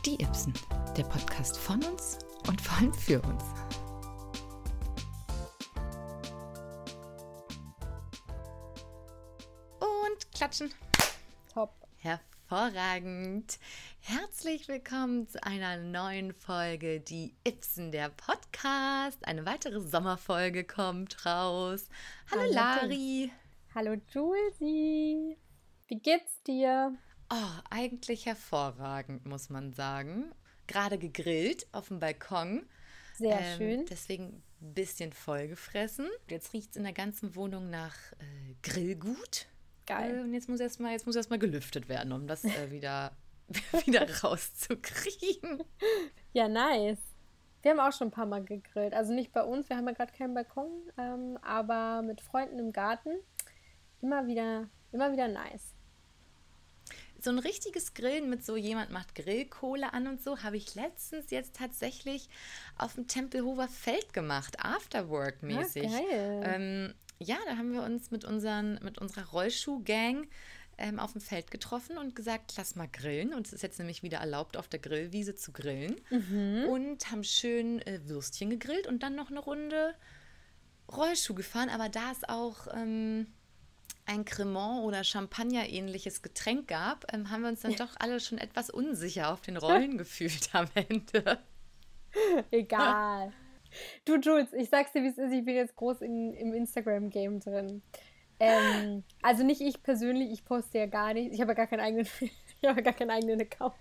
Die Ibsen, der Podcast von uns und vor allem für uns. Und klatschen. Top. Hervorragend. Herzlich willkommen zu einer neuen Folge Die Ibsen, der Podcast. Eine weitere Sommerfolge kommt raus. Hallo Lari. Hallo Julesi. Wie geht's dir? Oh, eigentlich hervorragend, muss man sagen. Gerade gegrillt auf dem Balkon. Sehr schön. Deswegen ein bisschen vollgefressen. Jetzt riecht es in der ganzen Wohnung nach Grillgut. Geil. Und jetzt muss erstmal gelüftet werden, um das wieder rauszukriegen. Ja, nice. Wir haben auch schon ein paar Mal gegrillt. Also nicht bei uns, wir haben ja gerade keinen Balkon, aber mit Freunden im Garten. Immer wieder nice. So ein richtiges Grillen mit so jemand macht Grillkohle an und so, habe ich letztens jetzt tatsächlich auf dem Tempelhofer Feld gemacht, Afterwork-mäßig. Ah, geil. Ja, da haben wir uns mit unserer Rollschuh-Gang auf dem Feld getroffen und gesagt, lass mal grillen. Und es ist jetzt nämlich wieder erlaubt, auf der Grillwiese zu grillen. Und haben schön Würstchen gegrillt und dann noch eine Runde Rollschuh gefahren. Aber da es auch ein Cremant oder Champagner-ähnliches Getränk gab, haben wir uns dann doch alle schon etwas unsicher auf den Rollen gefühlt am Ende. Egal. Du, Jules, ich sag's dir, wie es ist, ich bin jetzt groß im Instagram-Game drin. Also nicht ich persönlich, ich poste ja gar nicht. Ich habe ja gar keinen eigenen Account.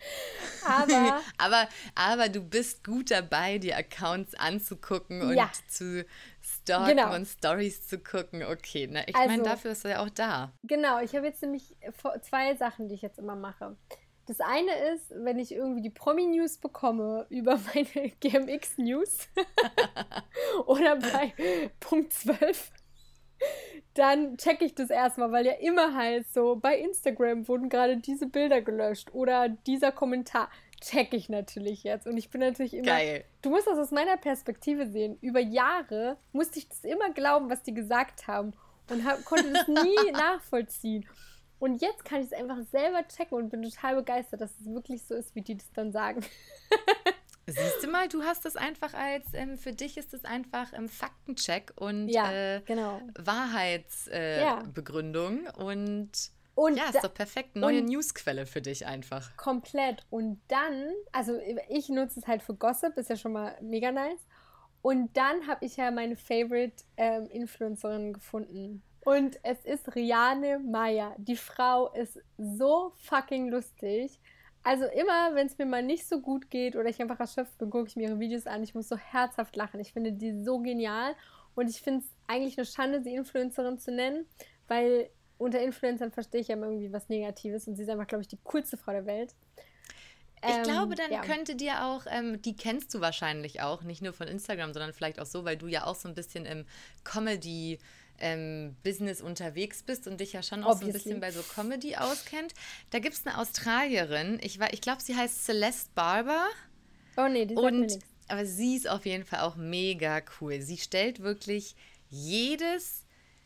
Aber du bist gut dabei, die Accounts anzugucken und zu stalken und Stories zu gucken. Okay, na, ich meine, dafür ist er ja auch da. Genau, ich habe jetzt nämlich 2 Sachen, die ich jetzt immer mache. Das eine ist, wenn ich irgendwie die Promi-News bekomme über meine GMX-News oder bei Punkt 12, dann checke ich das erstmal, weil ja immer heißt so, bei Instagram wurden gerade diese Bilder gelöscht oder dieser Kommentar. Checke ich natürlich jetzt. Und ich bin natürlich immer... Geil. Du musst das aus meiner Perspektive sehen. Über Jahre musste ich das immer glauben, was die gesagt haben und konnte das nie nachvollziehen. Und jetzt kann ich es einfach selber checken und bin total begeistert, dass es wirklich so ist, wie die das dann sagen. Siehst du mal, du hast das einfach für dich ist das einfach Faktencheck und genau. Wahrheitsbegründung und ja, ist doch perfekt. Neue Newsquelle für dich einfach. Komplett. Und dann, also ich nutze es halt für Gossip, ist ja schon mal mega nice. Und dann habe ich ja meine Favorite-Influencerin gefunden. Und es ist Riane Meier. Die Frau ist so fucking lustig. Also immer, wenn es mir mal nicht so gut geht oder ich einfach erschöpft bin, gucke ich mir ihre Videos an. Ich muss so herzhaft lachen. Ich finde die so genial. Und ich finde es eigentlich eine Schande, sie Influencerin zu nennen, weil unter Influencern verstehe ich ja immer irgendwie was Negatives. Und sie ist einfach, glaube ich, die coolste Frau der Welt. Ich glaube, dann könnte dir auch, die kennst du wahrscheinlich auch, nicht nur von Instagram, sondern vielleicht auch so, weil du ja auch so ein bisschen im Comedy-Business unterwegs bist und dich ja schon auch so ein bisschen bei so Comedy auskennt. Da gibt es eine Australierin, ich glaube, sie heißt Celeste Barber. Oh nee, die sagt mir nichts. Aber sie ist auf jeden Fall auch mega cool. Sie stellt wirklich jedes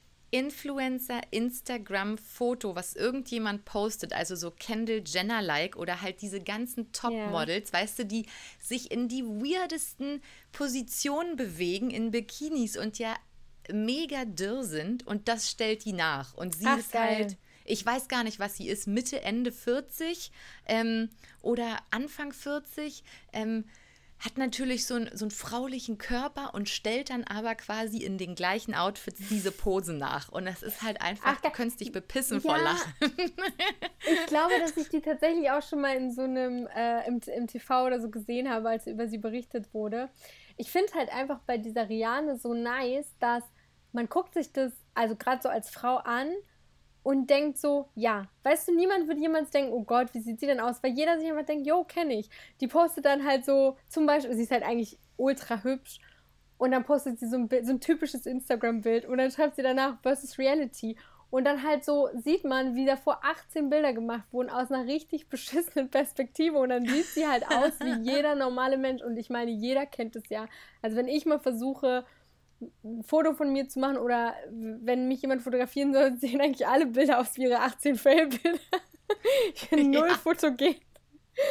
Influencer-Instagram-Foto, was irgendjemand postet, also so Kendall Jenner-like oder halt diese ganzen Top-Models, weißt du, die sich in die weirdesten Positionen bewegen in Bikinis und ja mega dürr sind und das stellt die nach. Und sie ist geil. halt, ich weiß gar nicht, was sie ist, Mitte, Ende 40 oder Anfang 40, hat natürlich so einen fraulichen Körper und stellt dann aber quasi in den gleichen Outfits diese Pose nach. Und das ist halt einfach, du könntest dich bepissen vor Lachen. Ich glaube, dass ich die tatsächlich auch schon mal in so einem, im TV oder so gesehen habe, als über sie berichtet wurde. Ich finde halt einfach bei dieser Riane so nice, dass man guckt sich das, also gerade so als Frau an und denkt so, ja, weißt du, niemand wird jemals denken, oh Gott, wie sieht sie denn aus? Weil jeder sich einfach denkt, jo, kenne ich. Die postet dann halt so, zum Beispiel, sie ist halt eigentlich ultra hübsch und dann postet sie so ein typisches Instagram-Bild und dann schreibt sie danach versus Reality und dann halt so sieht man, wie davor 18 Bilder gemacht wurden aus einer richtig beschissenen Perspektive und dann sieht sie halt aus wie jeder normale Mensch und ich meine, jeder kennt es ja. Also wenn ich mal versuche, ein Foto von mir zu machen oder wenn mich jemand fotografieren soll, sehen eigentlich alle Bilder aus wie ihre 18 Fail-Bilder. Ich bin null fotogen.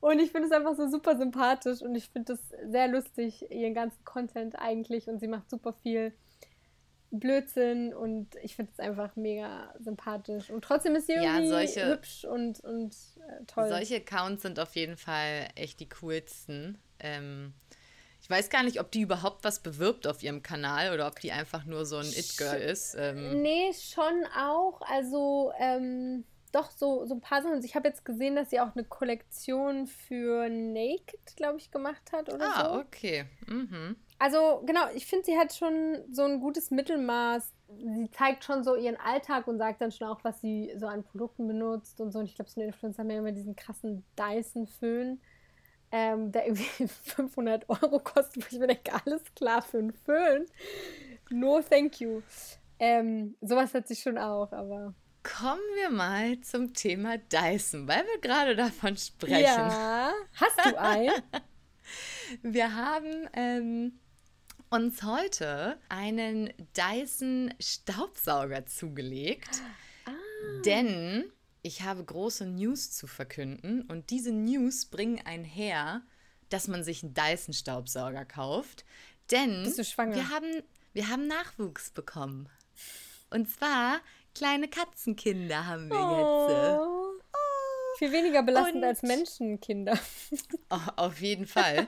Und ich finde es einfach so super sympathisch und ich finde es sehr lustig, ihren ganzen Content eigentlich. Und sie macht super viel Blödsinn und ich finde es einfach mega sympathisch. Und trotzdem ist sie irgendwie hübsch und toll. Solche Accounts sind auf jeden Fall echt die coolsten. Ich weiß gar nicht, ob die überhaupt was bewirbt auf ihrem Kanal oder ob die einfach nur so ein It-Girl ist. Nee, schon auch. Also, doch, so ein paar Sachen. Ich habe jetzt gesehen, dass sie auch eine Kollektion für Naked, glaube ich, gemacht hat oder so. Ah, okay. Mhm. Also, genau, ich finde, sie hat schon so ein gutes Mittelmaß. Sie zeigt schon so ihren Alltag und sagt dann schon auch, was sie so an Produkten benutzt und so. Und ich glaube, so eine Influencer haben ja immer diesen krassen Dyson-Föhn, der irgendwie 500 € kostet, wo ich mir denke, alles klar für einen Föhn. No, thank you. Sowas hat sie schon auch, aber... Kommen wir mal zum Thema Dyson, weil wir gerade davon sprechen. Ja, hast du einen? Wir haben uns heute einen Dyson Staubsauger zugelegt, denn ich habe große News zu verkünden und diese News bringen einher, dass man sich einen Dyson Staubsauger kauft, denn Bist du schwanger? wir haben Nachwuchs bekommen. Und zwar kleine Katzenkinder haben wir jetzt. Viel weniger belastend als Menschenkinder. Auf jeden Fall.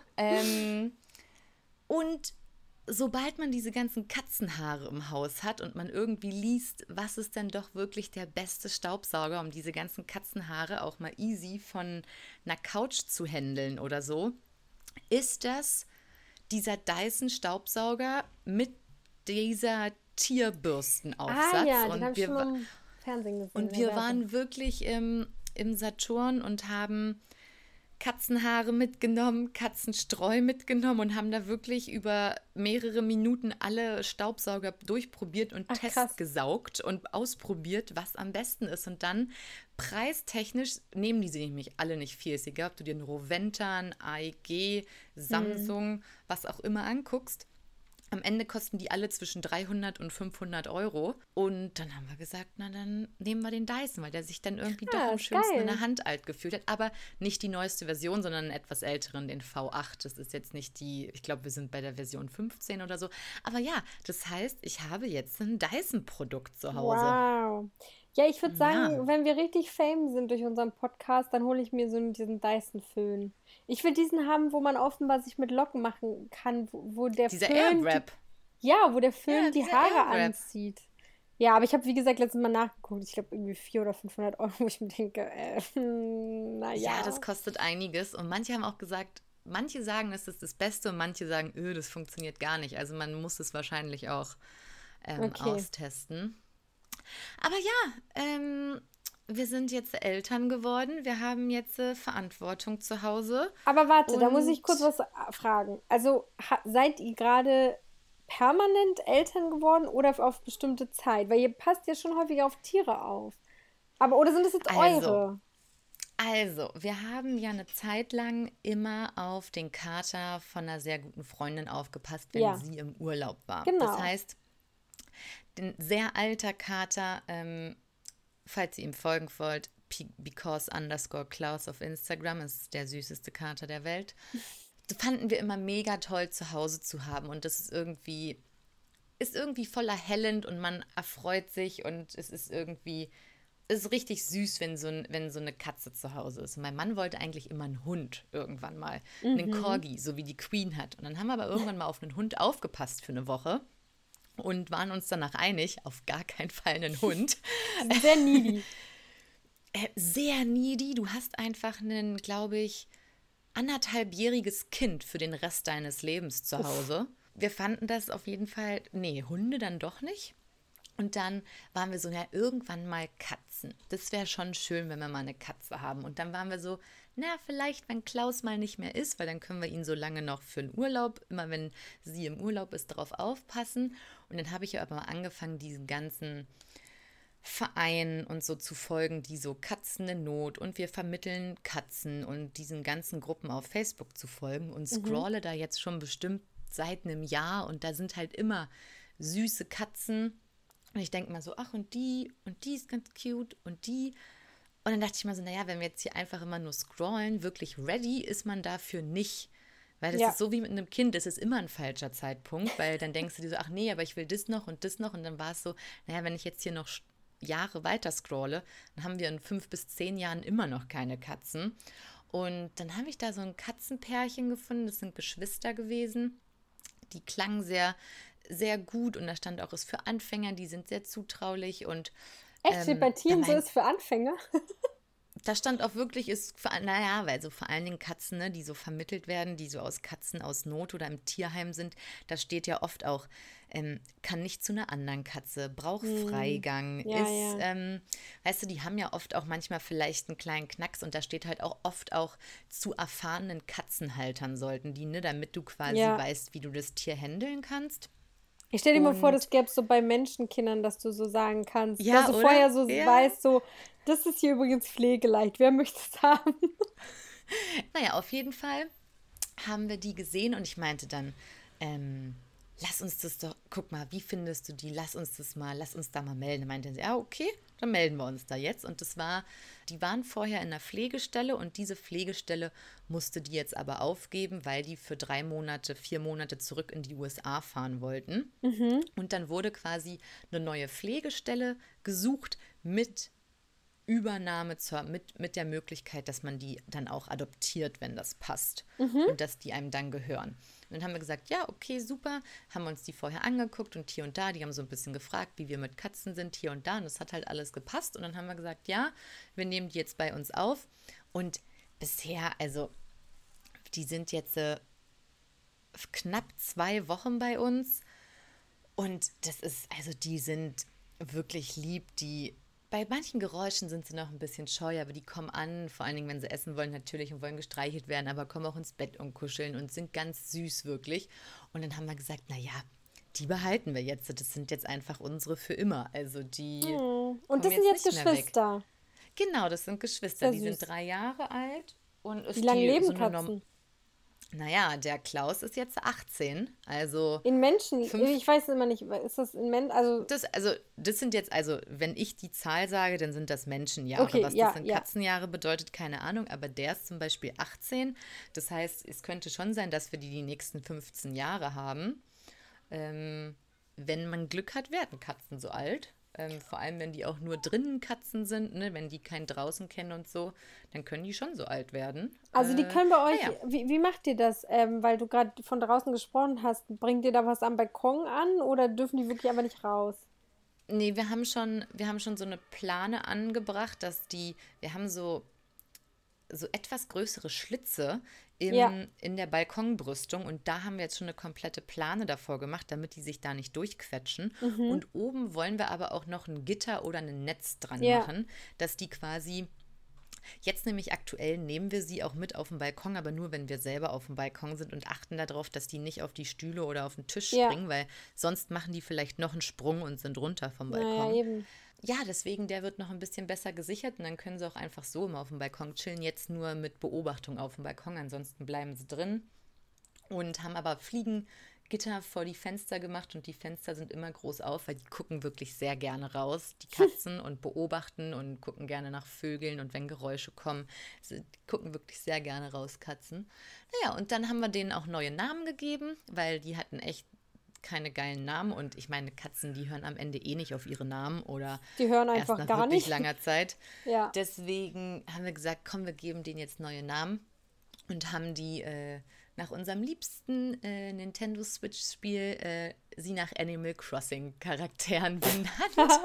Und sobald man diese ganzen Katzenhaare im Haus hat und man irgendwie liest, was ist denn doch wirklich der beste Staubsauger, um diese ganzen Katzenhaare auch mal easy von einer Couch zu händeln oder so, ist das dieser Dyson Staubsauger mit dieser Tierbürstenaufsatz. Ja, den habe ich schon mal im Fernsehen gesehen. Und wir waren wirklich im Saturn und haben Katzenhaare mitgenommen, Katzenstreu mitgenommen und haben da wirklich über mehrere Minuten alle Staubsauger durchprobiert und testgesaugt und ausprobiert, was am besten ist. Und dann preistechnisch nehmen die sie nämlich alle nicht viel. Ist egal, ob du dir einen Roventan, AEG, Samsung, was auch immer anguckst. Am Ende kosten die alle zwischen 300 und 500 €. Und dann haben wir gesagt, na dann nehmen wir den Dyson, weil der sich dann irgendwie doch am schönsten in der Hand alt gefühlt hat. Aber nicht die neueste Version, sondern einen etwas älteren, den V8. Das ist jetzt nicht die, ich glaube, wir sind bei der Version 15 oder so. Aber ja, das heißt, ich habe jetzt ein Dyson-Produkt zu Hause. Wow. Ja, ich würde sagen, wenn wir richtig fame sind durch unseren Podcast, dann hole ich mir so diesen Dyson-Föhn. Ich will diesen haben, wo man offenbar sich mit Locken machen kann, wo der Dieser Föhn... Airwrap. Wo der Föhn die Haare anzieht. Ja, aber ich habe, wie gesagt, letztes Mal nachgeguckt. Ich glaube, irgendwie 400 oder 500 €, wo ich mir denke, naja. Ja, das kostet einiges. Und manche haben auch gesagt, manche sagen, es ist das Beste und manche sagen, das funktioniert gar nicht. Also man muss es wahrscheinlich auch austesten. Aber ja, wir sind jetzt Eltern geworden. Wir haben jetzt Verantwortung zu Hause. Aber warte, da muss ich kurz was fragen. Also seid ihr gerade permanent Eltern geworden oder auf bestimmte Zeit? Weil ihr passt ja schon häufiger auf Tiere auf. Oder sind das jetzt eure? Also, wir haben ja eine Zeit lang immer auf den Kater von einer sehr guten Freundin aufgepasst, wenn sie im Urlaub war. Genau. Das heißt, ein sehr alter Kater, falls ihr ihm folgen wollt, because_Klaus auf Instagram, ist der süßeste Kater der Welt. Das fanden wir immer mega toll zu Hause zu haben und das ist irgendwie voller hellend und man erfreut sich und es ist richtig süß, wenn so eine Katze zu Hause ist. Und mein Mann wollte eigentlich immer einen Hund irgendwann mal, einen Corgi, so wie die Queen hat. Und dann haben wir aber irgendwann mal auf einen Hund aufgepasst für eine Woche. Und waren uns danach einig, auf gar keinen Fall einen Hund. Sehr needy. Sehr needy. Du hast einfach einen, glaube ich, 1,5-jähriges Kind für den Rest deines Lebens zu Hause. Wir fanden das auf jeden Fall, Hunde dann doch nicht. Und dann waren wir so, ja, irgendwann mal Katzen. Das wäre schon schön, wenn wir mal eine Katze haben. Und dann waren wir so, vielleicht, wenn Klaus mal nicht mehr ist, weil dann können wir ihn so lange noch für den Urlaub, immer wenn sie im Urlaub ist, darauf aufpassen. Und dann habe ich ja aber mal angefangen, diesen ganzen Vereinen und so zu folgen, die so Katzen in Not und wir vermitteln Katzen und diesen ganzen Gruppen auf Facebook zu folgen und scrolle da jetzt schon bestimmt seit einem Jahr und da sind halt immer süße Katzen. Und ich denke mal so, ach und die ist ganz cute und die. Und dann dachte ich mal so, naja, wenn wir jetzt hier einfach immer nur scrollen, wirklich ready ist man dafür nicht. Weil das ist so wie mit einem Kind, es ist immer ein falscher Zeitpunkt, weil dann denkst du dir so, ach nee, aber ich will das noch. Und dann war es so, naja, wenn ich jetzt hier noch Jahre weiter scrolle, dann haben wir in 5 bis 10 Jahren immer noch keine Katzen. Und dann habe ich da so ein Katzenpärchen gefunden, das sind Geschwister gewesen. Die klangen sehr, sehr gut und da stand auch, ist für Anfänger, die sind sehr zutraulich und echt, steht bei Tieren so, ist für Anfänger? Da stand auch wirklich, ist für, naja, weil so vor allen Dingen Katzen, ne, die so vermittelt werden, die so aus Katzen aus Not oder im Tierheim sind, da steht ja oft auch, kann nicht zu einer anderen Katze, braucht Freigang, weißt du, die haben ja oft auch manchmal vielleicht einen kleinen Knacks und da steht halt auch oft auch zu erfahrenen Katzenhaltern sollten die, ne, damit du quasi weißt, wie du das Tier handeln kannst. Ich stell dir mal vor, das gäbe es so bei Menschenkindern, dass du so sagen kannst, ja, dass du oder? vorher so weißt, so, das ist hier übrigens pflegeleicht, wer möchte es haben? Naja, auf jeden Fall haben wir die gesehen und ich meinte dann, lass uns das doch, guck mal, wie findest du die, lass uns da mal melden. Da meinte sie, ja, okay, dann melden wir uns da jetzt. Und die waren vorher in einer Pflegestelle und diese Pflegestelle musste die jetzt aber aufgeben, weil die für 3 Monate, 4 Monate zurück in die USA fahren wollten. Und dann wurde quasi eine neue Pflegestelle gesucht mit Übernahme mit der Möglichkeit, dass man die dann auch adoptiert, wenn das passt und dass die einem dann gehören. Und dann haben wir gesagt, ja, okay, super, haben uns die vorher angeguckt und hier und da, die haben so ein bisschen gefragt, wie wir mit Katzen sind, hier und da und das hat halt alles gepasst und dann haben wir gesagt, ja, wir nehmen die jetzt bei uns auf und bisher, also die sind jetzt knapp 2 Wochen bei uns und das ist, also die sind wirklich lieb, bei manchen Geräuschen sind sie noch ein bisschen scheu, aber die kommen an, vor allen Dingen, wenn sie essen wollen natürlich und wollen gestreichelt werden, aber kommen auch ins Bett und kuscheln und sind ganz süß wirklich. Und dann haben wir gesagt, naja, die behalten wir jetzt. Das sind jetzt einfach unsere für immer. Also die Und das sind jetzt Geschwister? Genau, das sind Geschwister. Die sind 3 Jahre alt. Und wie lange leben Katzen? Naja, der Klaus ist jetzt 18, also... In Menschen? Ich weiß immer nicht, ist das in Menschen? Das sind jetzt, also wenn ich die Zahl sage, dann sind das Menschenjahre. Okay, was das in Katzenjahre bedeutet, keine Ahnung, aber der ist zum Beispiel 18. Das heißt, es könnte schon sein, dass wir die nächsten 15 Jahre haben. Wenn man Glück hat, werden Katzen so alt. Vor allem, wenn die auch nur drinnen Katzen sind, ne? Wenn die kein draußen kennen und so, dann können die schon so alt werden. Also die können bei euch, wie macht ihr das? Weil du gerade von draußen gesprochen hast, bringt ihr da was am Balkon an oder dürfen die wirklich einfach nicht raus? Nee, wir haben schon so eine Plane angebracht, wir haben so etwas größere Schlitze in der Balkonbrüstung und da haben wir jetzt schon eine komplette Plane davor gemacht, damit die sich da nicht durchquetschen. Und oben wollen wir aber auch noch ein Gitter oder ein Netz dran machen, dass die quasi, jetzt nämlich aktuell nehmen wir sie auch mit auf den Balkon, aber nur, wenn wir selber auf dem Balkon sind und achten darauf, dass die nicht auf die Stühle oder auf den Tisch springen, weil sonst machen die vielleicht noch einen Sprung und sind runter vom Balkon. Naja, eben. Ja, deswegen, der wird noch ein bisschen besser gesichert und dann können sie auch einfach so immer auf dem Balkon chillen. Jetzt nur mit Beobachtung auf dem Balkon, ansonsten bleiben sie drin. Und haben aber Fliegengitter vor die Fenster gemacht und die Fenster sind immer groß auf, weil die gucken wirklich sehr gerne raus, die Katzen, und beobachten und gucken gerne nach Vögeln und wenn Geräusche kommen. Sie gucken wirklich sehr gerne raus, Katzen. Naja, und dann haben wir denen auch neue Namen gegeben, weil die hatten echt keine geilen Namen und ich meine, Katzen, die hören am Ende eh nicht auf ihre Namen oder die hören einfach erst nach gar wirklich nicht. langer Zeit. Ja. Deswegen haben wir gesagt, komm, wir geben denen jetzt neue Namen und haben die nach unserem liebsten Nintendo Switch-Spiel sie nach Animal Crossing-Charakteren benannt.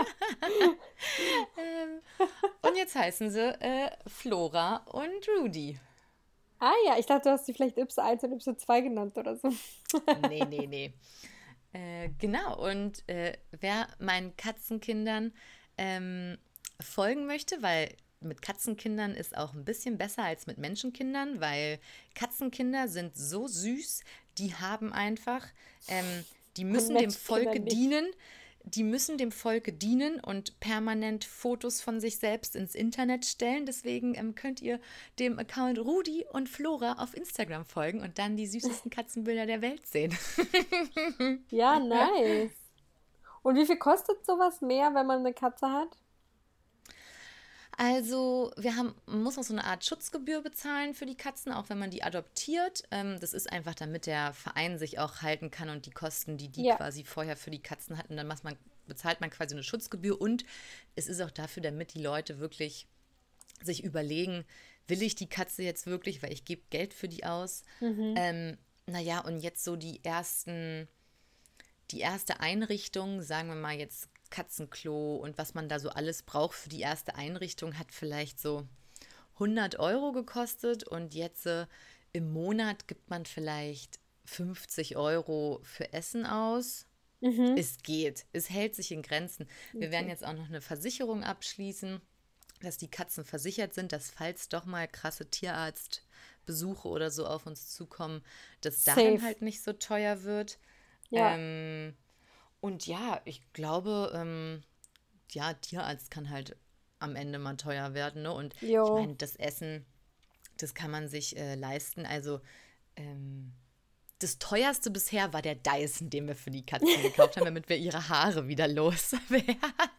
Und jetzt heißen sie Flora und Rudy. Ah ja, ich dachte, du hast sie vielleicht Y1 und Y2 genannt oder so. Nee. Genau, und wer meinen Katzenkindern folgen möchte, weil mit Katzenkindern ist auch ein bisschen besser als mit Menschenkindern, weil Katzenkinder sind so süß, die haben einfach, die müssen dem Volke dienen. Die müssen dem Volke dienen und permanent Fotos von sich selbst ins Internet stellen. Deswegen könnt ihr dem Account Rudi und Flora auf Instagram folgen und dann die süßesten Katzenbilder der Welt sehen. Ja, nice. Und wie viel kostet sowas mehr, wenn man eine Katze hat? Also, man muss noch so eine Art Schutzgebühr bezahlen für die Katzen, auch wenn man die adoptiert. Das ist einfach, damit der Verein sich auch halten kann und die Kosten, die Ja. quasi vorher für die Katzen hatten, bezahlt man quasi eine Schutzgebühr und es ist auch dafür, damit die Leute wirklich sich überlegen, will ich die Katze jetzt wirklich, weil ich gebe Geld für die aus. Naja, und jetzt so die erste Einrichtung, sagen wir mal jetzt Katzenklo und was man da so alles braucht für die erste Einrichtung, hat vielleicht so 100 € gekostet und jetzt im Monat gibt man vielleicht 50 € für Essen aus. Es geht, es hält sich in Grenzen. Wir werden jetzt auch noch eine Versicherung abschließen, dass die Katzen versichert sind, dass falls doch mal krasse Tierarztbesuche oder so auf uns zukommen, dass da dann Safe. halt nicht so teuer wird. Ja. Und ja, ich glaube, ja, Tierarzt kann halt am Ende mal teuer werden, ne? Und ich Jo. meine, das Essen, das kann man sich leisten. Also das teuerste bisher war der Dyson, den wir für die Katzen gekauft haben, damit wir ihre Haare wieder loswerden.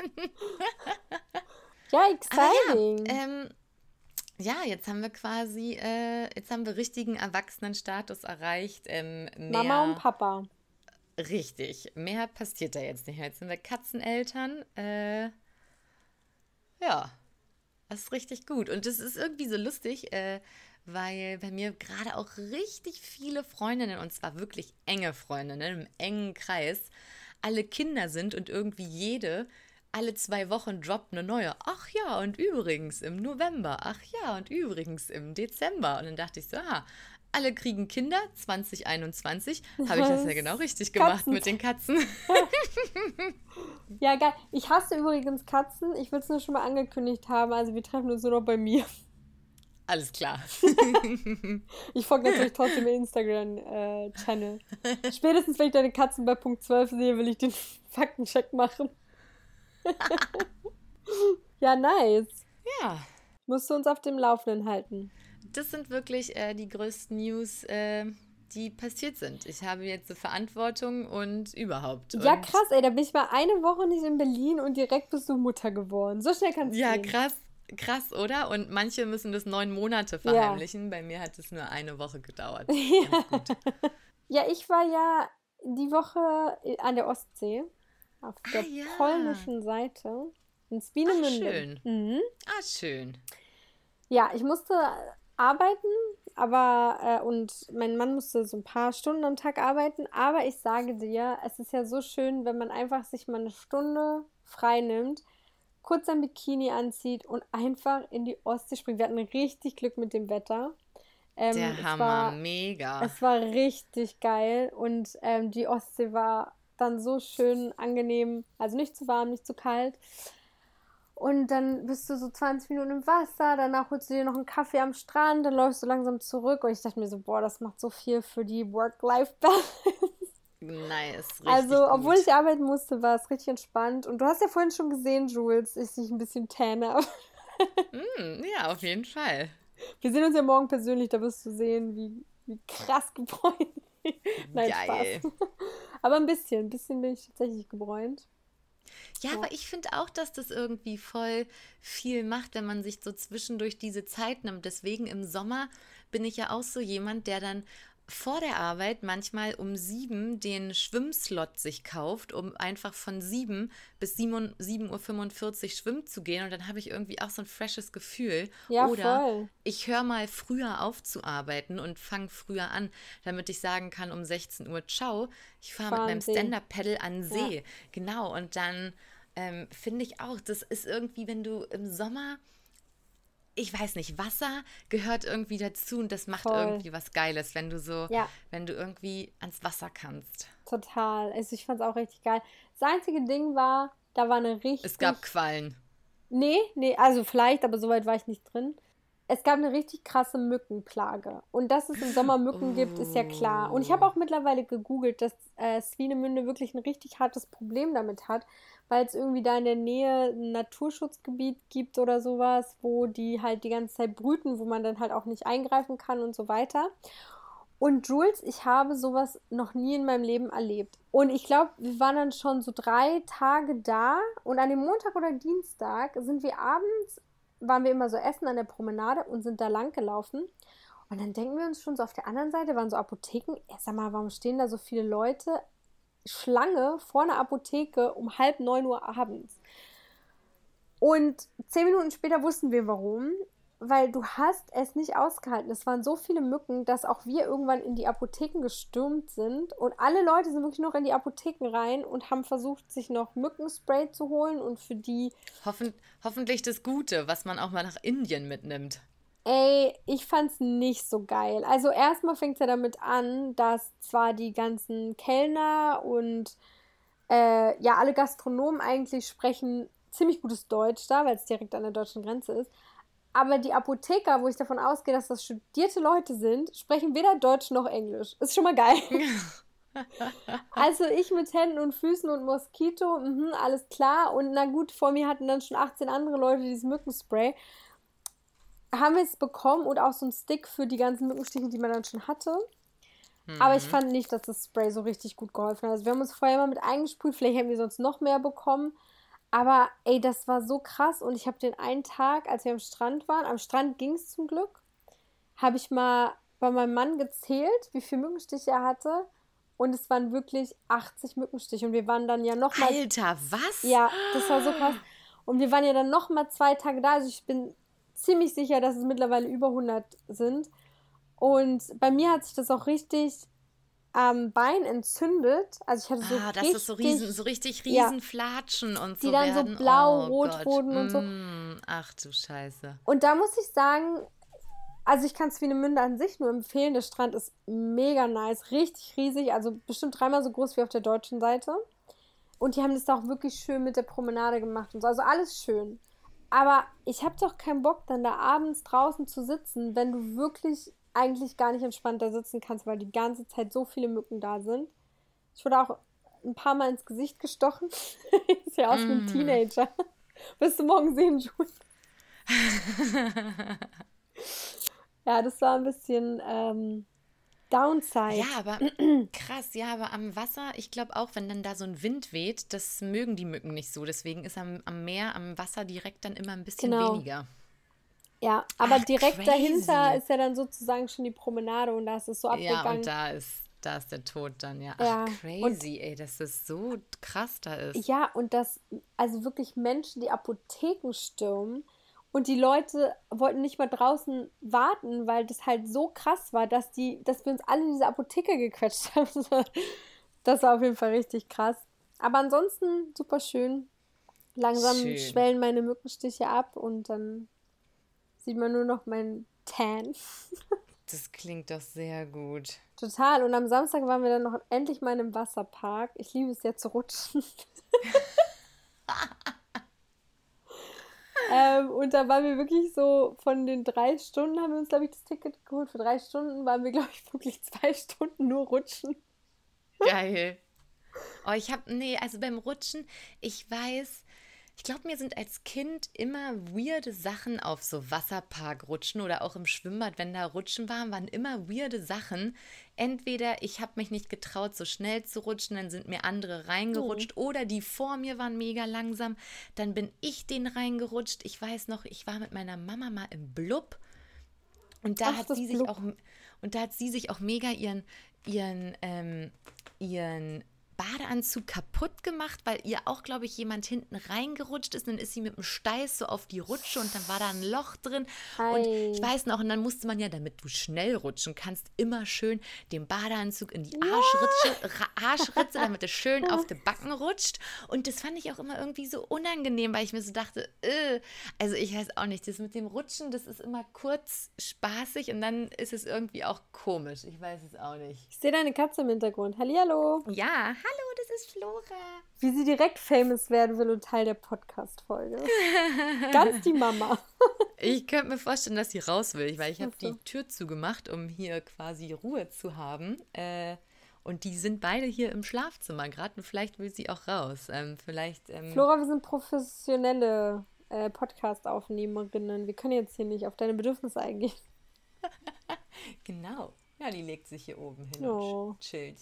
Ja, Aber exciting. ja, jetzt haben wir quasi, jetzt haben wir richtigen Erwachsenenstatus erreicht. Mama und Papa. Richtig, mehr passiert da jetzt nicht. Jetzt sind wir Katzeneltern. Ja, das ist richtig gut. Und das ist irgendwie so lustig, weil bei mir gerade auch richtig viele Freundinnen, und zwar wirklich enge Freundinnen im engen Kreis, alle Kinder sind und irgendwie jede alle 2 Wochen droppt eine neue. Ach ja, und übrigens im November. Ach ja, und übrigens im Dezember. Und dann dachte ich so, alle kriegen Kinder, 2021. Habe ich das ja genau richtig gemacht mit den Katzen. Ja, geil. Ich hasse übrigens Katzen. Ich will es nur schon mal angekündigt haben. Also wir treffen uns nur noch bei mir. Alles klar. Ich folge natürlich trotzdem den Instagram-Channel. Spätestens, wenn ich deine Katzen bei Punkt 12 sehe, will ich den Faktencheck machen. Ja, nice. Ja, Musst du uns auf dem Laufenden halten. das sind wirklich die größten News, die passiert sind. Ich habe jetzt eine Verantwortung und überhaupt. Ja, Und krass, ey. Da bin ich mal eine Woche nicht in Berlin und direkt bist du Mutter geworden. So schnell kannst du ja, gehen. krass, oder? Und manche müssen das 9 Monate verheimlichen. Bei mir hat es nur eine Woche gedauert. Ganz gut. Ja, ich war ja die Woche an der Ostsee. Auf der ja. polnischen Seite. In Swinemünde. Schön. Schön. Ja, ich musste arbeiten, aber und mein Mann musste so ein paar Stunden am Tag arbeiten, aber ich sage dir, es ist ja so schön, wenn man einfach sich mal eine Stunde frei nimmt, kurz ein Bikini anzieht und einfach in die Ostsee springt. Wir hatten richtig Glück mit dem Wetter. Der Hammer, mega. Es war richtig geil und die Ostsee war dann so schön angenehm, also nicht zu warm, nicht zu kalt. Und dann bist du so 20 Minuten im Wasser, danach holst du dir noch einen Kaffee am Strand, dann läufst du langsam zurück. Und ich dachte mir so, boah, das macht so viel für die Work-Life-Balance. Nice, richtig Also, obwohl gut. ich arbeiten musste, war es richtig entspannt. Und du hast ja vorhin schon gesehen, Jules, ich ein bisschen tanne. Ja, auf jeden Fall. Wir sehen uns ja morgen persönlich, da wirst du sehen, wie krass gebräunt. Nein, Geil. Spaß. Aber ein bisschen bin ich tatsächlich gebräunt. Ja, aber ich finde auch, dass das irgendwie voll viel macht, wenn man sich so zwischendurch diese Zeit nimmt. Deswegen im Sommer bin ich ja auch so jemand, der dann vor der Arbeit manchmal um 7 den Schwimmslot sich kauft, um einfach von 7 bis 7:45 Uhr schwimmen zu gehen. Und dann habe ich irgendwie auch so ein freshes Gefühl. Ja, Oder voll. ich höre mal früher auf zu arbeiten und fange früher an, damit ich sagen kann um 16 Uhr, ciao, ich fahre mit Fahr an meinem See. Stand-Up-Paddle an See. Genau, und dann finde ich auch, das ist irgendwie, wenn du im Sommer, ich weiß nicht, Wasser gehört irgendwie dazu und das macht Voll. irgendwie was Geiles, wenn du so, Ja. wenn du irgendwie ans Wasser kannst. Total. Also ich fand es auch richtig geil. Das einzige Ding war, da war eine richtig... Es gab Quallen. Nee, also vielleicht, aber soweit war ich nicht drin. Es gab eine richtig krasse Mückenplage. Und dass es im Sommer Mücken gibt, ist ja klar. Und ich habe auch mittlerweile gegoogelt, dass Swinemünde wirklich ein richtig hartes Problem damit hat, weil es irgendwie da in der Nähe ein Naturschutzgebiet gibt oder sowas, wo die halt die ganze Zeit brüten, wo man dann halt auch nicht eingreifen kann und so weiter. Und Jules, ich habe sowas noch nie in meinem Leben erlebt. Und ich glaube, wir waren dann schon so 3 Tage da und an dem Montag oder Dienstag sind wir abends waren wir immer so essen an der Promenade und sind da lang gelaufen. Und dann denken wir uns schon so, auf der anderen Seite waren so Apotheken. Sag mal, warum stehen da so viele Leute Schlange vor einer Apotheke um 8:30 abends? Und 10 Minuten später wussten wir warum. Weil du hast es nicht ausgehalten. Es waren so viele Mücken, dass auch wir irgendwann in die Apotheken gestürmt sind. Und alle Leute sind wirklich noch in die Apotheken rein und haben versucht, sich noch Mückenspray zu holen. Und für die... Hoffentlich das Gute, was man auch mal nach Indien mitnimmt. Ey, ich fand's nicht so geil. Also erstmal fängt es ja damit an, dass zwar die ganzen Kellner und ja, alle Gastronomen eigentlich sprechen ziemlich gutes Deutsch da, weil es direkt an der deutschen Grenze ist. Aber die Apotheker, wo ich davon ausgehe, dass das studierte Leute sind, sprechen weder Deutsch noch Englisch. Ist schon mal geil. Also ich mit Händen und Füßen und Moskito, alles klar. Und na gut, vor mir hatten dann schon 18 andere Leute dieses Mückenspray. Haben wir es bekommen und auch so einen Stick für die ganzen Mückenstiche, die man dann schon hatte. Aber ich fand nicht, dass das Spray so richtig gut geholfen hat. Also wir haben uns vorher mal mit eingesprüht, vielleicht hätten wir sonst noch mehr bekommen. Aber ey, das war so krass und ich habe den einen Tag, als wir am Strand ging es zum Glück, habe ich mal bei meinem Mann gezählt, wie viele Mückenstiche er hatte und es waren wirklich 80 Mückenstiche und wir waren dann ja nochmal... Alter, was? Ja, das war so krass. Und wir waren ja dann nochmal 2 Tage da, also ich bin ziemlich sicher, dass es mittlerweile über 100 sind. Und bei mir hat sich das auch richtig am Bein entzündet. Also ich hatte so dass richtig... es so richtig Riesenflatschen und so die dann werden. so blau, Oh rot Gott. wurden und so. Ach du Scheiße. Und da muss ich sagen, also ich kann Swinemünde an sich nur empfehlen. Der Strand ist mega nice, richtig riesig, also bestimmt 3-mal so groß wie auf der deutschen Seite. Und die haben das da auch wirklich schön mit der Promenade gemacht und so. Also alles schön. Aber ich habe doch keinen Bock, dann da abends draußen zu sitzen, wenn du wirklich eigentlich gar nicht entspannt da sitzen kannst, weil die ganze Zeit so viele Mücken da sind. Ich wurde auch ein paar Mal ins Gesicht gestochen. Ich sehe aus wie ein Teenager. Bis du morgen sehen, June. Ja, das war ein bisschen Downside. Ja, aber krass, ja, aber am Wasser, ich glaube auch, wenn dann da so ein Wind weht, das mögen die Mücken nicht so. Deswegen ist am Meer, am Wasser direkt dann immer ein bisschen weniger. Ja, aber Ach, direkt crazy. dahinter ist ja dann sozusagen schon die Promenade und da ist es so abgegangen. Ja, und da ist der Tod dann, ja. Ja, Ach, crazy, ey, dass das so krass da ist. Ja, und dass also wirklich Menschen die Apotheken stürmen und die Leute wollten nicht mal draußen warten, weil das halt so krass war, dass wir uns alle in diese Apotheke gequetscht haben. Das war auf jeden Fall richtig krass. Aber ansonsten super schön. Langsam Schön. schwellen meine Mückenstiche ab und dann sieht man nur noch meinen Tan. Das klingt doch sehr gut. Total. Und am Samstag waren wir dann noch endlich mal in einem Wasserpark. Ich liebe es ja zu rutschen. Und da waren wir wirklich so, von den 3 Stunden haben wir uns, glaube ich, das Ticket geholt. Für 3 Stunden waren wir, glaube ich, wirklich 2 Stunden nur rutschen. Geil. Oh, also beim Rutschen, ich glaube, mir sind als Kind immer weirde Sachen auf so Wasserparkrutschen oder auch im Schwimmbad, wenn da Rutschen waren immer weirde Sachen. Entweder ich habe mich nicht getraut, so schnell zu rutschen, dann sind mir andere reingerutscht oder die vor mir waren mega langsam, dann bin ich denen reingerutscht. Ich weiß noch, ich war mit meiner Mama mal im Blub und da hat sie sich auch mega ihren Badeanzug kaputt gemacht, weil ihr auch, glaube ich, jemand hinten reingerutscht ist. Und dann ist sie mit dem Steiß so auf die Rutsche und dann war da ein Loch drin. Hi. Und ich weiß noch, und dann musste man ja, damit du schnell rutschen kannst, immer schön den Badeanzug in die Arschritze, damit es schön auf die Backen rutscht. Und das fand ich auch immer irgendwie so unangenehm, weil ich mir so dachte, also ich weiß auch nicht, das mit dem Rutschen, das ist immer kurz spaßig und dann ist es irgendwie auch komisch. Ich weiß es auch nicht. Ich sehe deine Katze im Hintergrund. Hallihallo. Ja, hallo, das ist Flora. Wie sie direkt famous werden will und Teil der Podcast-Folge. Ganz die Mama. Ich könnte mir vorstellen, dass sie raus will, weil ich habe die Tür zugemacht, um hier quasi Ruhe zu haben. Und die sind beide hier im Schlafzimmer gerade und vielleicht will sie auch raus. Flora, wir sind professionelle Podcast-Aufnehmerinnen. Wir können jetzt hier nicht auf deine Bedürfnisse eingehen. Genau. Ja, die legt sich hier oben hin Oh. und chillt hier.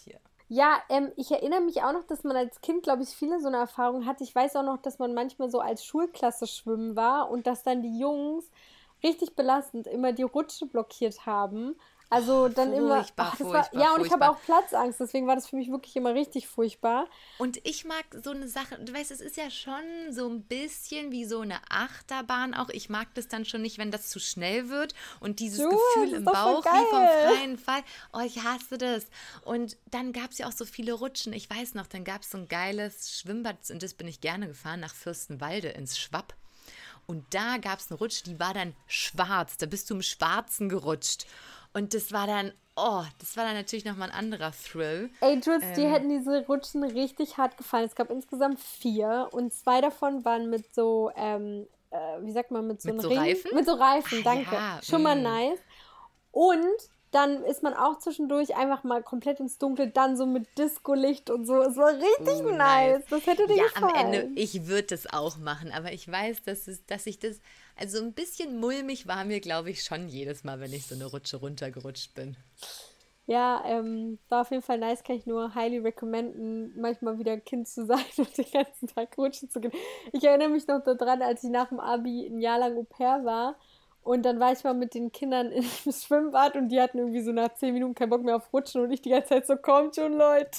Ja, ich erinnere mich auch noch, dass man als Kind, glaube ich, viele so eine Erfahrung hatte. Ich weiß auch noch, dass man manchmal so als Schulklasse schwimmen war und dass dann die Jungs richtig belastend immer die Rutsche blockiert haben. Also Oh, dann immer, furchtbar, das war, furchtbar, ja, und ich habe furchtbar. auch Platzangst, deswegen war das für mich wirklich immer richtig furchtbar. Und ich mag so eine Sache, du weißt, es ist ja schon so ein bisschen wie so eine Achterbahn auch. Ich mag das dann schon nicht, wenn das zu schnell wird und dieses Du, Gefühl das ist im doch voll Bauch wie vom geil. freien Fall. Oh, ich hasse das. Und dann gab es ja auch so viele Rutschen. Ich weiß noch, dann gab es so ein geiles Schwimmbad und das bin ich gerne gefahren nach Fürstenwalde ins Schwapp. Und da gab es eine Rutsche, die war dann schwarz. Da bist du im Schwarzen gerutscht. Und das war dann, oh, das war dann natürlich nochmal ein anderer Thrill. Ey, Jules, dir hätten diese Rutschen richtig hart gefallen. Es gab insgesamt 4 und 2 davon waren mit so, wie sagt man, mit so Mit einem so Ring? Reifen? Mit so Reifen, Ah danke. ja, Schon mal nice. Und dann ist man auch zwischendurch einfach mal komplett ins Dunkle, dann so mit Disco-Licht und so. Es war richtig Nice. nice. Das hätte dir Ja, am Ende, gefallen. ich würde das auch machen, aber ich weiß, dass ich das, also ein bisschen mulmig war mir, glaube ich, schon jedes Mal, wenn ich so eine Rutsche runtergerutscht bin. Ja, war auf jeden Fall nice, kann ich nur highly recommenden, manchmal wieder Kind zu sein und den ganzen Tag rutschen zu gehen. Ich erinnere mich noch daran, als ich nach dem Abi ein Jahr lang Au pair war und dann war ich mal mit den Kindern im Schwimmbad und die hatten irgendwie so nach 10 Minuten keinen Bock mehr auf Rutschen und ich die ganze Zeit so, kommt schon, Leute.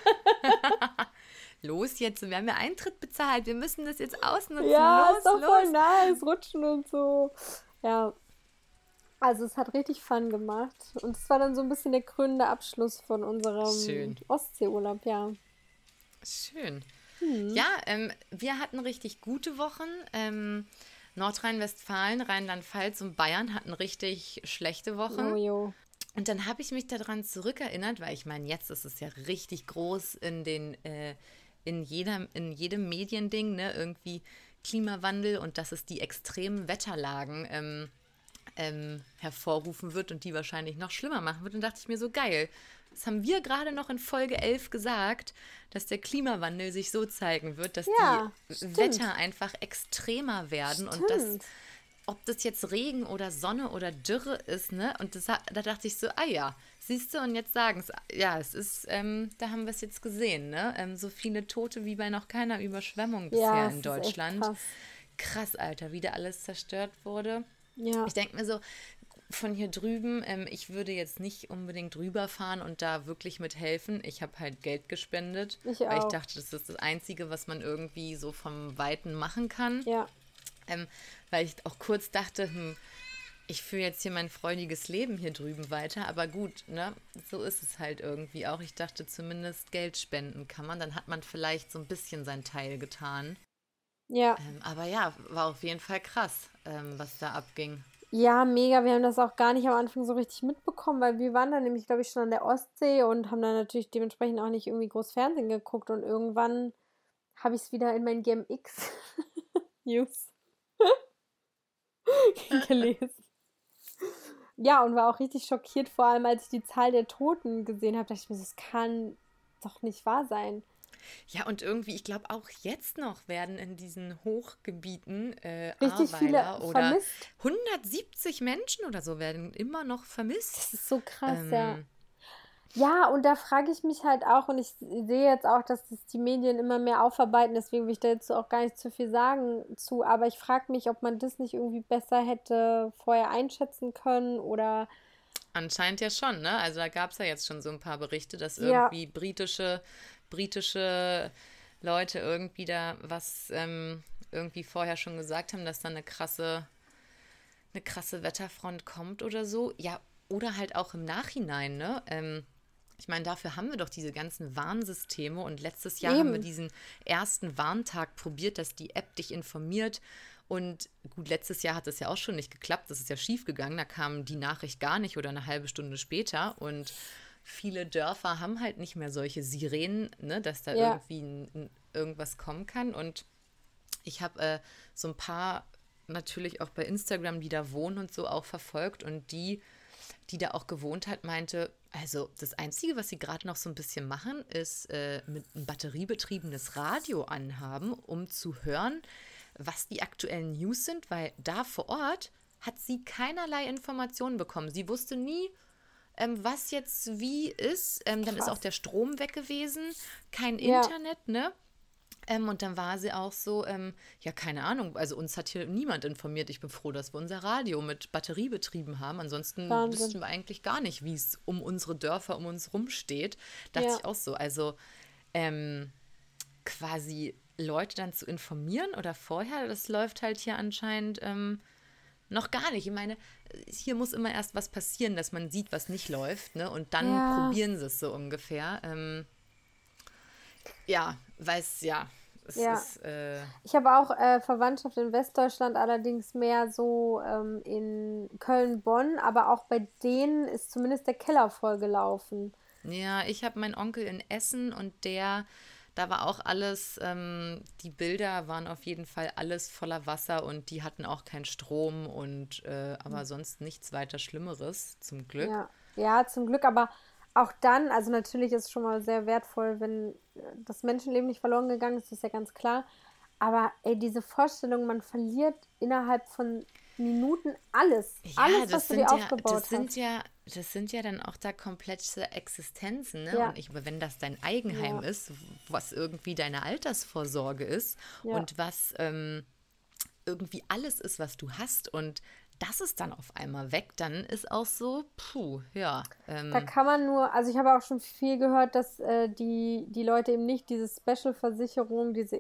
Los jetzt, wir haben ja Eintritt bezahlt, wir müssen das jetzt ausnutzen. Ja, ist Los, doch voll los. nice, Rutschen und so. Ja, also es hat richtig Fun gemacht und es war dann so ein bisschen der krönende Abschluss von unserem Schön, Ostseeurlaub, ja. schön. Ja, wir hatten richtig gute Wochen. Nordrhein-Westfalen, Rheinland-Pfalz und Bayern hatten richtig schlechte Wochen. Jojo. Und dann habe ich mich daran zurückerinnert, weil ich meine, jetzt ist es ja richtig groß in jedem Mediending, ne, irgendwie Klimawandel und dass es die extremen Wetterlagen hervorrufen wird und die wahrscheinlich noch schlimmer machen wird. Und dachte ich mir so, geil, das haben wir gerade noch in Folge 11 gesagt, dass der Klimawandel sich so zeigen wird, dass Ja, die stimmt. Wetter einfach extremer werden und dass Stimmt. ob das jetzt Regen oder Sonne oder Dürre ist, ne? Und da dachte ich so, ah ja, siehst du, und jetzt sagen es, ja, es ist, da haben wir es jetzt gesehen, ne? So viele Tote wie bei noch keiner Überschwemmung Ja, bisher es in ist echt Deutschland. krass. Krass, Alter, wie da alles zerstört wurde. Ja, Ich denke mir so, von hier drüben, ich würde jetzt nicht unbedingt rüberfahren und da wirklich mithelfen. Ich habe halt Geld gespendet, ich weil ich auch. dachte, das ist das Einzige, was man irgendwie so vom Weiten machen kann. Ja. Weil ich auch kurz dachte, ich führe jetzt hier mein freudiges Leben hier drüben weiter, aber gut, ne, so ist es halt irgendwie auch. Ich dachte zumindest Geld spenden kann man, dann hat man vielleicht so ein bisschen sein Teil getan. Ja. Aber ja, war auf jeden Fall krass, was da abging. Ja, mega. Wir haben das auch gar nicht am Anfang so richtig mitbekommen, weil wir waren dann nämlich, glaube ich, schon an der Ostsee und haben dann natürlich dementsprechend auch nicht irgendwie groß Fernsehen geguckt und irgendwann habe ich es wieder in mein GMX News gelesen. Ja, und war auch richtig schockiert, vor allem als ich die Zahl der Toten gesehen habe, dachte ich mir, das kann doch nicht wahr sein. Ja, und irgendwie, ich glaube, auch jetzt noch werden in diesen Hochgebieten Richtig viele Ahrweiler oder vermisst. 170 Menschen oder so werden immer noch vermisst. Das ist so krass, ja. Ähm, Ja, und da frage ich mich halt auch, und ich sehe jetzt auch, dass das die Medien immer mehr aufarbeiten, deswegen will ich da jetzt auch gar nicht zu viel sagen zu, aber ich frage mich, ob man das nicht irgendwie besser hätte vorher einschätzen können oder Anscheinend ja schon, ne? Also da gab es ja jetzt schon so ein paar Berichte, dass ja, irgendwie britische Leute irgendwie da was irgendwie vorher schon gesagt haben, dass da eine krasse Wetterfront kommt oder so. Ja, oder halt auch im Nachhinein, ne? Ich meine, dafür haben wir doch diese ganzen Warnsysteme und letztes Jahr haben wir eben. diesen ersten Warntag probiert, dass die App dich informiert. Und gut, letztes Jahr hat es ja auch schon nicht geklappt, das ist ja schief gegangen, da kam die Nachricht gar nicht oder eine halbe Stunde später und viele Dörfer haben halt nicht mehr solche Sirenen, ne, dass da Ja, irgendwie irgendwas kommen kann und ich habe so ein paar natürlich auch bei Instagram, die da wohnen und so auch verfolgt und die da auch gewohnt hat, meinte, also das Einzige, was sie gerade noch so ein bisschen machen, ist mit ein batteriebetriebenes Radio anhaben, um zu hören, was die aktuellen News sind, weil da vor Ort hat sie keinerlei Informationen bekommen. Sie wusste nie, was jetzt wie ist. Dann ist auch der Strom weg gewesen, kein Ja, Internet, ne? Und dann war sie auch so, ja, keine Ahnung, also uns hat hier niemand informiert. Ich bin froh, dass wir unser Radio mit Batterie betrieben haben. Ansonsten Wahnsinn. wüssten wir eigentlich gar nicht, wie es um unsere Dörfer, um uns rum steht. Dachte Ja. ich auch so. Also quasi Leute dann zu informieren oder vorher, das läuft halt hier anscheinend noch gar nicht. Ich meine, hier muss immer erst was passieren, dass man sieht, was nicht läuft, ne? Und dann Ja. probieren sie es so ungefähr. Ja, weiß, ja, es Ja. ist, Ich habe auch Verwandtschaft in Westdeutschland, allerdings mehr so in Köln-Bonn, aber auch bei denen ist zumindest der Keller vollgelaufen. ja, ich habe meinen Onkel in Essen und da war auch alles, die Bilder waren auf jeden Fall alles voller Wasser und die hatten auch keinen Strom und aber sonst nichts weiter Schlimmeres, zum Glück. Ja, ja, zum Glück, aber auch dann, also natürlich ist es schon mal sehr wertvoll, wenn das Menschenleben nicht verloren gegangen ist, ist ja ganz klar. Aber ey, diese Vorstellung, man verliert innerhalb von Minuten alles. Ja, Alles, was du dir aufgebaut hast. das sind ja dann auch da komplexe Existenzen, ne? Ja, Und wenn das dein Eigenheim ja, ist, was irgendwie deine Altersvorsorge ist ja. und was irgendwie alles ist, was du hast und das ist dann auf einmal weg, dann ist auch so, puh, ja, Da kann man nur, also ich habe auch schon viel gehört, dass die Leute eben nicht diese Special-Versicherung, diese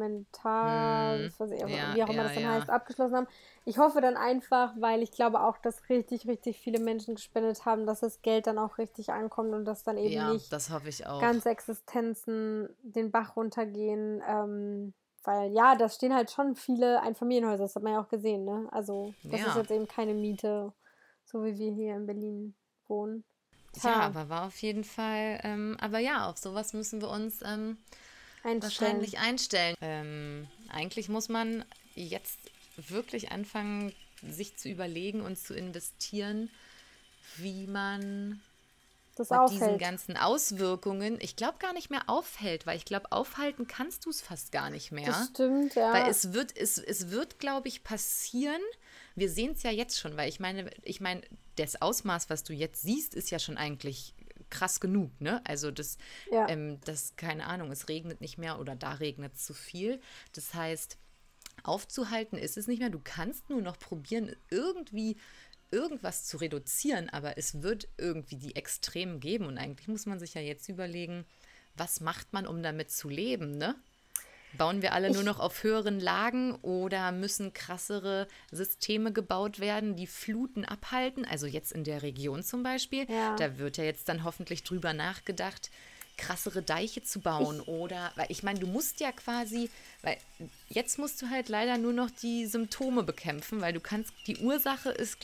Elementarversicherung, ja, wie auch immer ja, das dann ja, heißt, abgeschlossen haben. Ich hoffe dann einfach, weil ich glaube auch, dass richtig, richtig viele Menschen gespendet haben, dass das Geld dann auch richtig ankommt und dass dann eben ja, nicht das hoffe ich auch. ganze Existenzen den Bach runtergehen. Weil ja, da stehen halt schon viele Einfamilienhäuser, das hat man ja auch gesehen, ne? Also das ist Ja, jetzt eben keine Miete, so wie wir hier in Berlin wohnen. ja, Tja, aber war auf jeden Fall, aber ja, auf sowas müssen wir uns einstellen. wahrscheinlich einstellen. Eigentlich muss man jetzt wirklich anfangen, sich zu überlegen und zu investieren, wie man Das mit diesen aufhält. ganzen Auswirkungen, ich glaube, gar nicht mehr aufhält, weil ich glaube, aufhalten kannst du es fast gar nicht Das mehr. stimmt, Weil ja. es wird, glaube ich, passieren. Wir sehen es ja jetzt schon, weil ich meine, das Ausmaß, was du jetzt siehst, ist ja schon eigentlich krass genug, ne? Also Ja. keine Ahnung, es regnet nicht mehr oder da regnet es zu viel. Das heißt, aufzuhalten ist es nicht mehr. Du kannst nur noch probieren, irgendwie irgendwas zu reduzieren, aber es wird irgendwie die Extremen geben. Und eigentlich muss man sich ja jetzt überlegen, was macht man, um damit zu leben, ne? Bauen wir alle nur Ich, noch auf höheren Lagen oder müssen krassere Systeme gebaut werden, die Fluten abhalten? Also jetzt in der Region zum Beispiel, ja. da wird ja jetzt dann hoffentlich drüber nachgedacht, krassere Deiche zu bauen Ich, oder, weil ich meine, du musst ja quasi, weil jetzt musst du halt leider nur noch die Symptome bekämpfen, weil du kannst, die Ursache ist,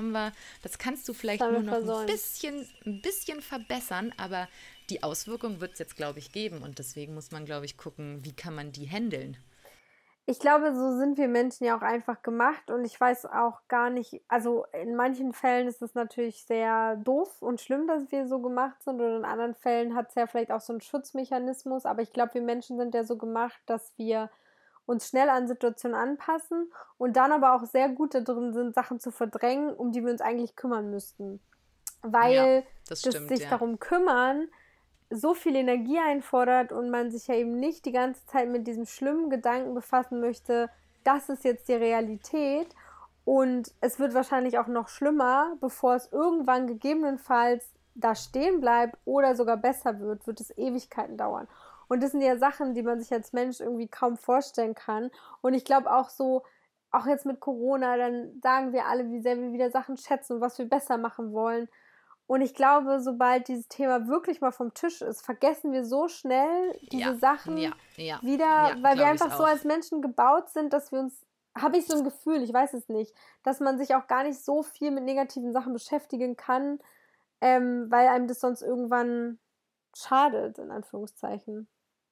das kannst du das vielleicht haben nur wir noch versäumt. ein bisschen verbessern, aber die Auswirkung wird es jetzt, glaube ich, geben und deswegen muss man, glaube ich, gucken, wie kann man die handeln. Ich glaube, so sind wir Menschen ja auch einfach gemacht und ich weiß auch gar nicht, also in manchen Fällen ist es natürlich sehr doof und schlimm, dass wir so gemacht sind und in anderen Fällen hat es ja vielleicht auch so einen Schutzmechanismus, aber ich glaube, wir Menschen sind ja so gemacht, dass wir uns schnell an Situationen anpassen und dann aber auch sehr gut darin sind, Sachen zu verdrängen, um die wir uns eigentlich kümmern müssten. Ja, Weil das das stimmt, sich ja. darum kümmern so viel Energie einfordert und man sich ja eben nicht die ganze Zeit mit diesem schlimmen Gedanken befassen möchte, das ist jetzt die Realität und es wird wahrscheinlich auch noch schlimmer, bevor es irgendwann gegebenenfalls da stehen bleibt oder sogar besser wird, wird es Ewigkeiten dauern. Und das sind ja Sachen, die man sich als Mensch irgendwie kaum vorstellen kann. Und ich glaube auch so, auch jetzt mit Corona, dann sagen wir alle, wie sehr wir wieder Sachen schätzen und was wir besser machen wollen. Und ich glaube, sobald dieses Thema wirklich mal vom Tisch ist, vergessen wir so schnell Ja, diese Sachen ja, ja, wieder, ja, weil wir glaube ich einfach so auch. als Menschen gebaut sind, dass wir uns, habe ich so ein Gefühl, ich weiß es nicht, dass man sich auch gar nicht so viel mit negativen Sachen beschäftigen kann, weil einem das sonst irgendwann schadet, in Anführungszeichen.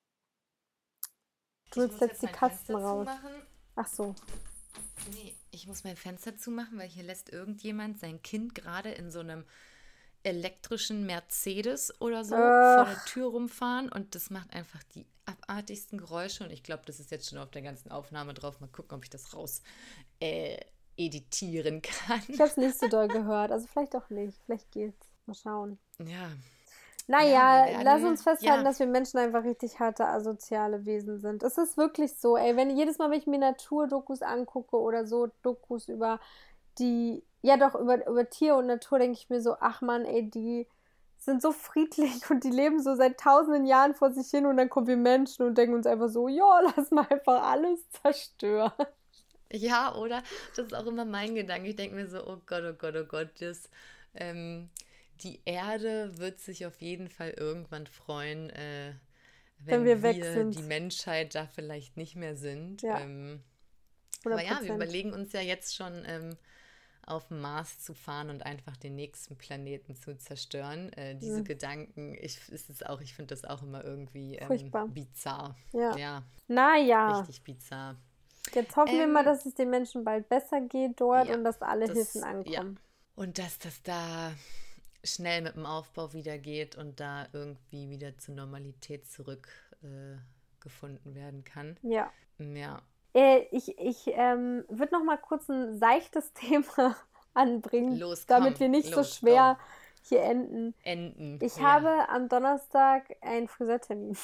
Du Ich holst muss jetzt jetzt die mein Kasten Fenster raus. zumachen. Ach so. Nee, ich muss mein Fenster zumachen, weil hier lässt irgendjemand sein Kind gerade in so einem elektrischen Mercedes oder so vor der Ach, Tür rumfahren und das macht einfach die abartigsten Geräusche und ich glaube, das ist jetzt schon auf der ganzen Aufnahme drauf. Mal gucken, ob ich das raus äh, editieren kann. ich habe es nicht so doll gehört, also vielleicht auch nicht, vielleicht geht's. Mal schauen. Ja. Naja, Ja, lass uns festhalten, ja. dass wir Menschen einfach richtig harte, asoziale Wesen sind. Es ist wirklich so, ey, jedes Mal, wenn ich mir Naturdokus angucke oder so Dokus über ja doch, über Tier und Natur, denke ich mir so, ach Mann, ey, die sind so friedlich und die leben so seit tausenden Jahren vor sich hin und dann kommen wir Menschen und denken uns einfach so, ja, lass mal einfach alles zerstören. Ja, oder? Das ist auch immer mein Gedanke. Ich denke mir so, oh Gott, die Erde wird sich auf jeden Fall irgendwann freuen, Wenn wenn wir weg wir, sind. die Menschheit, da vielleicht nicht mehr sind. Ja, Aber ja, wir 100%. überlegen uns ja jetzt schon, auf den Mars zu fahren und einfach den nächsten Planeten zu zerstören. Diese Gedanken, ich finde das auch immer irgendwie Furchtbar. bizarr. Ja. Ja, Naja, richtig bizarr. jetzt hoffen wir mal, Ähm, dass es den Menschen bald besser geht dort ja, und dass alle Hilfen ja. ankommen. Und dass das da schnell mit dem Aufbau wieder geht und da irgendwie wieder zur Normalität zurückgefunden werden kann. Ja. Ja. Ich würde noch mal kurz ein seichtes Thema anbringen, Los, damit komm, wir nicht so los, schwer hier enden. Enden. Ich ja. habe am Donnerstag einen Friseurtermin.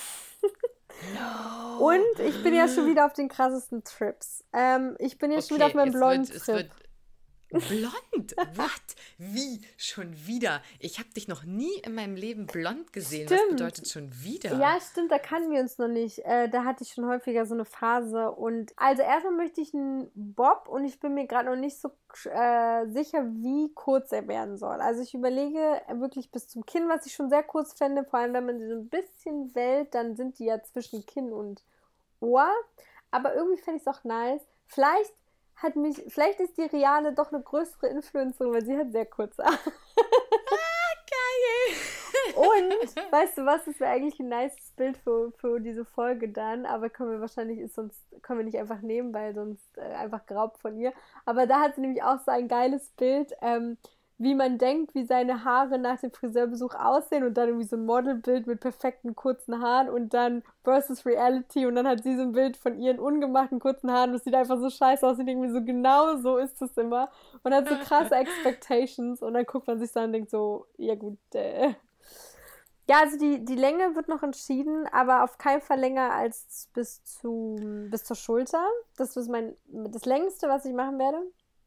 No. Und ich bin ja schon wieder auf den krassesten Trips. Ich bin ja schon wieder auf meinem Blond-Trip. Blond? What? Wie? Schon wieder? Ich habe dich noch nie in meinem Leben blond gesehen. Stimmt. Was bedeutet schon wieder? Ja, stimmt, da kannten wir uns noch nicht. Da hatte ich schon häufiger so eine Phase. Und also erstmal möchte ich einen Bob und ich bin mir gerade noch nicht so sicher, wie kurz er werden soll. Also ich überlege wirklich bis zum Kinn, was ich schon sehr kurz fände. Vor allem, wenn man sie so ein bisschen wellt, dann sind die ja zwischen Kinn und Ohr. Aber irgendwie fände ich es auch nice. Vielleicht ist die Riane doch eine größere Influencerin, weil sie hat sehr kurze Haare. Geil! Und, weißt du was, das wäre eigentlich ein nices Bild für diese Folge dann, aber können wir nicht einfach nehmen, weil sonst einfach geraubt von ihr. Aber da hat sie nämlich auch so ein geiles Bild, wie man denkt, wie seine Haare nach dem Friseurbesuch aussehen und dann irgendwie so ein Modelbild mit perfekten kurzen Haaren und dann versus Reality und dann hat sie so ein Bild von ihren ungemachten kurzen Haaren, das sieht einfach so scheiße aus und irgendwie so genau so ist es immer. Man hat so krasse Expectations und dann guckt man sich so an und denkt so, ja gut, Ja, also die Länge wird noch entschieden, aber auf keinen Fall länger als bis zur Schulter. Das ist das längste, was ich machen werde.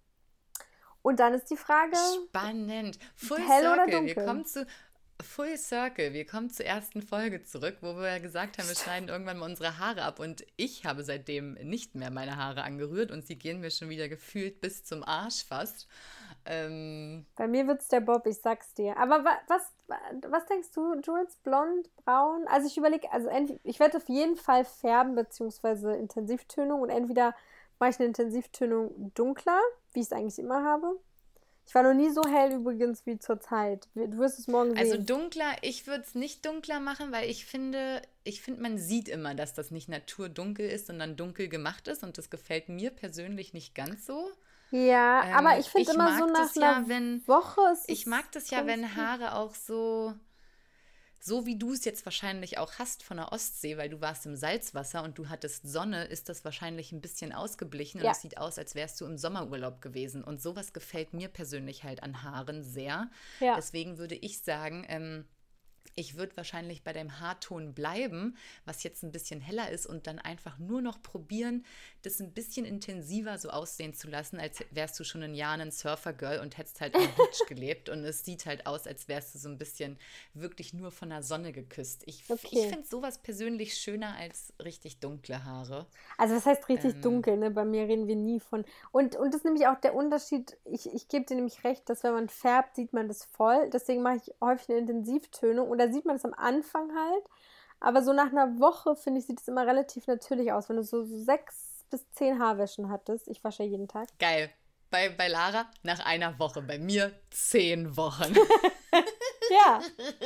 Und dann ist die Frage, Spannend. hell oder dunkel? Full Circle. Wir kommen zur ersten Folge zurück, wo wir gesagt haben, wir schneiden irgendwann mal unsere Haare ab. Und ich habe seitdem nicht mehr meine Haare angerührt und sie gehen mir schon wieder gefühlt bis zum Arsch fast. Bei mir wird es der Bob, ich sag's dir. Aber was denkst du, Jules? Blond, braun? Also ich überlege, ich werde auf jeden Fall färben, beziehungsweise Intensivtönung. Und entweder mache ich eine Intensivtönung dunkler, wie ich es eigentlich immer habe. Ich war noch nie so hell übrigens wie zur Zeit. Du wirst es morgen sehen. Also dunkler, ich würde es nicht dunkler machen, weil ich finde, man sieht immer, dass das nicht naturdunkel ist, sondern dunkel gemacht ist. Und das gefällt mir persönlich nicht ganz so. Ja, aber ich finde immer so nach einer Woche ist es Ich mag das ja, wenn Haare auch so wie du es jetzt wahrscheinlich auch hast von der Ostsee, weil du warst im Salzwasser und du hattest Sonne, ist das wahrscheinlich ein bisschen ausgeblichen und es sieht aus, als wärst du im Sommerurlaub gewesen. Und sowas gefällt mir persönlich halt an Haaren sehr. Ja. Deswegen würde ich sagen, ich würde wahrscheinlich bei deinem Haarton bleiben, was jetzt ein bisschen heller ist und dann einfach nur noch probieren, das ein bisschen intensiver so aussehen zu lassen, als wärst du schon ein Jahr ein Surfer-Girl und hättest halt am Beach gelebt und es sieht halt aus, als wärst du so ein bisschen wirklich nur von der Sonne geküsst. Ich finde sowas persönlich schöner als richtig dunkle Haare. Also was heißt richtig dunkel, ne? Bei mir reden wir nie von... Und das ist nämlich auch der Unterschied, ich gebe dir nämlich recht, dass wenn man färbt, sieht man das voll. Deswegen mache ich häufig eine Intensivtönung und da sieht man es am Anfang halt. Aber so nach einer Woche, finde ich, sieht es immer relativ natürlich aus, wenn du so 6 bis 10 Haarwäschen hattest. Ich wasche ja jeden Tag. Geil. Bei Lara nach einer Woche, bei mir 10 Wochen. Ja.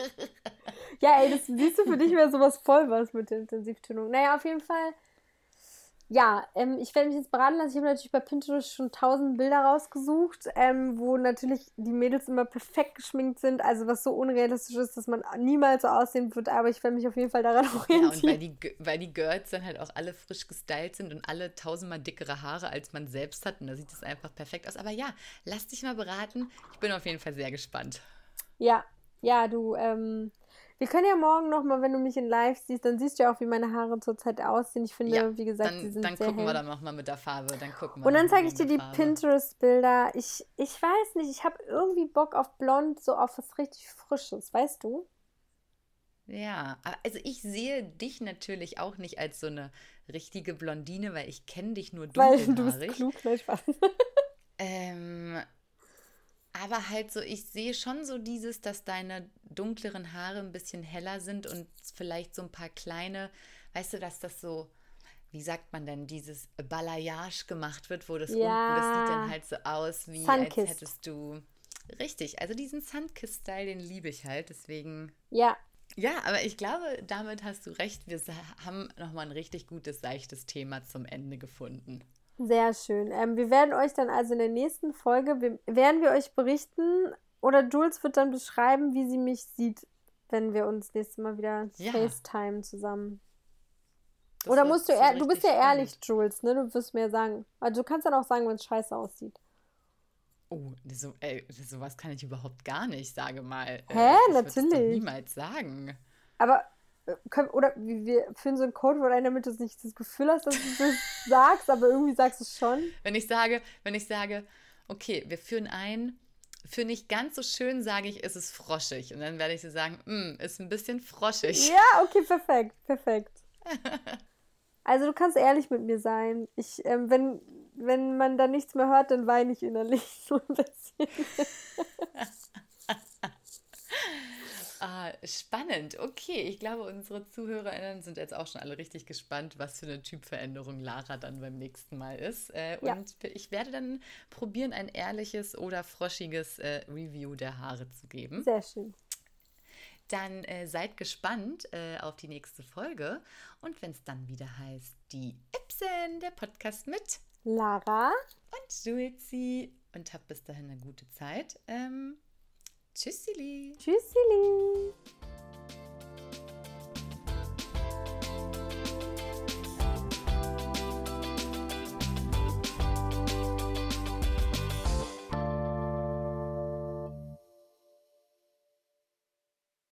Ja, ey, das siehst du für dich wäre sowas voll was mit der Intensivtönung. Naja, auf jeden Fall. Ja, ich werde mich jetzt beraten lassen. Ich habe natürlich bei Pinterest schon 1000 Bilder rausgesucht, wo natürlich die Mädels immer perfekt geschminkt sind. Also was so unrealistisch ist, dass man niemals so aussehen wird. Aber ich werde mich auf jeden Fall daran orientieren. Ja, und weil die Girls dann halt auch alle frisch gestylt sind und alle 1000-mal dickere Haare, als man selbst hat. Und da sieht es einfach perfekt aus. Aber ja, lass dich mal beraten. Ich bin auf jeden Fall sehr gespannt. Ja, Ja, wir können ja morgen nochmal, wenn du mich in live siehst, dann siehst du ja auch, wie meine Haare zurzeit aussehen. Ich finde, wie gesagt, die sind dann sehr gucken hell. wir dann nochmal mit der Farbe. Und dann zeige ich dir die Pinterest-Bilder. Ich weiß nicht, ich habe irgendwie Bock auf Blond, so auf was richtig Frisches, weißt du? Ja, also ich sehe dich natürlich auch nicht als so eine richtige Blondine, weil ich kenne dich nur Weil du bist dunkelhaarig. klug, ne? Spaß. Ähm, aber halt so, ich sehe schon so dieses, dass deine dunkleren Haare ein bisschen heller sind und vielleicht so ein paar kleine, weißt du, dass das so, wie sagt man denn, dieses Balayage gemacht wird, wo das unten, das sieht dann Ja, halt so aus, wie als Sunkissed. hättest du, richtig, also diesen Sunkissed-Style, den liebe ich halt, deswegen, Ja, ja, aber ich glaube, damit hast du recht, wir haben nochmal ein richtig gutes, seichtes Thema zum Ende gefunden. sehr schön. Wir werden euch dann also in der nächsten Folge, werden wir euch berichten oder Jules wird dann beschreiben, wie sie mich sieht, wenn wir uns nächstes Mal wieder Ja, FaceTime zusammen. das Oder wird, musst du, das wird du bist ja richtig ehrlich, spannend. Jules, ne? Du wirst mir ja sagen. Also du kannst dann auch sagen, wenn es scheiße aussieht. Oh, sowas kann ich überhaupt gar nicht, sage mal. Hä? Ich würde es doch Natürlich. niemals sagen. Aber, oder wir führen so ein Codewort ein, damit du nicht das Gefühl hast, dass du das sagst, aber irgendwie sagst du es schon. Wenn ich sage, okay, wir führen ein, für nicht ganz so schön sage ich, ist es froschig. Und dann werde ich so sagen, ist ein bisschen froschig. Ja, okay, perfekt, perfekt. Also du kannst ehrlich mit mir sein. Wenn man da nichts mehr hört, dann weine ich innerlich so ein bisschen. Ah, spannend. Okay, ich glaube, unsere ZuhörerInnen sind jetzt auch schon alle richtig gespannt, was für eine Typveränderung Lara dann beim nächsten Mal ist. Ja, Und ich werde dann probieren, ein ehrliches oder froschiges Review der Haare zu geben. sehr schön. Dann seid gespannt auf die nächste Folge. Und wenn es dann wieder heißt, die Ipsen, der Podcast mit Lara. und Julzi. Und habt bis dahin eine gute Zeit. Tschüssili. Tschüssili.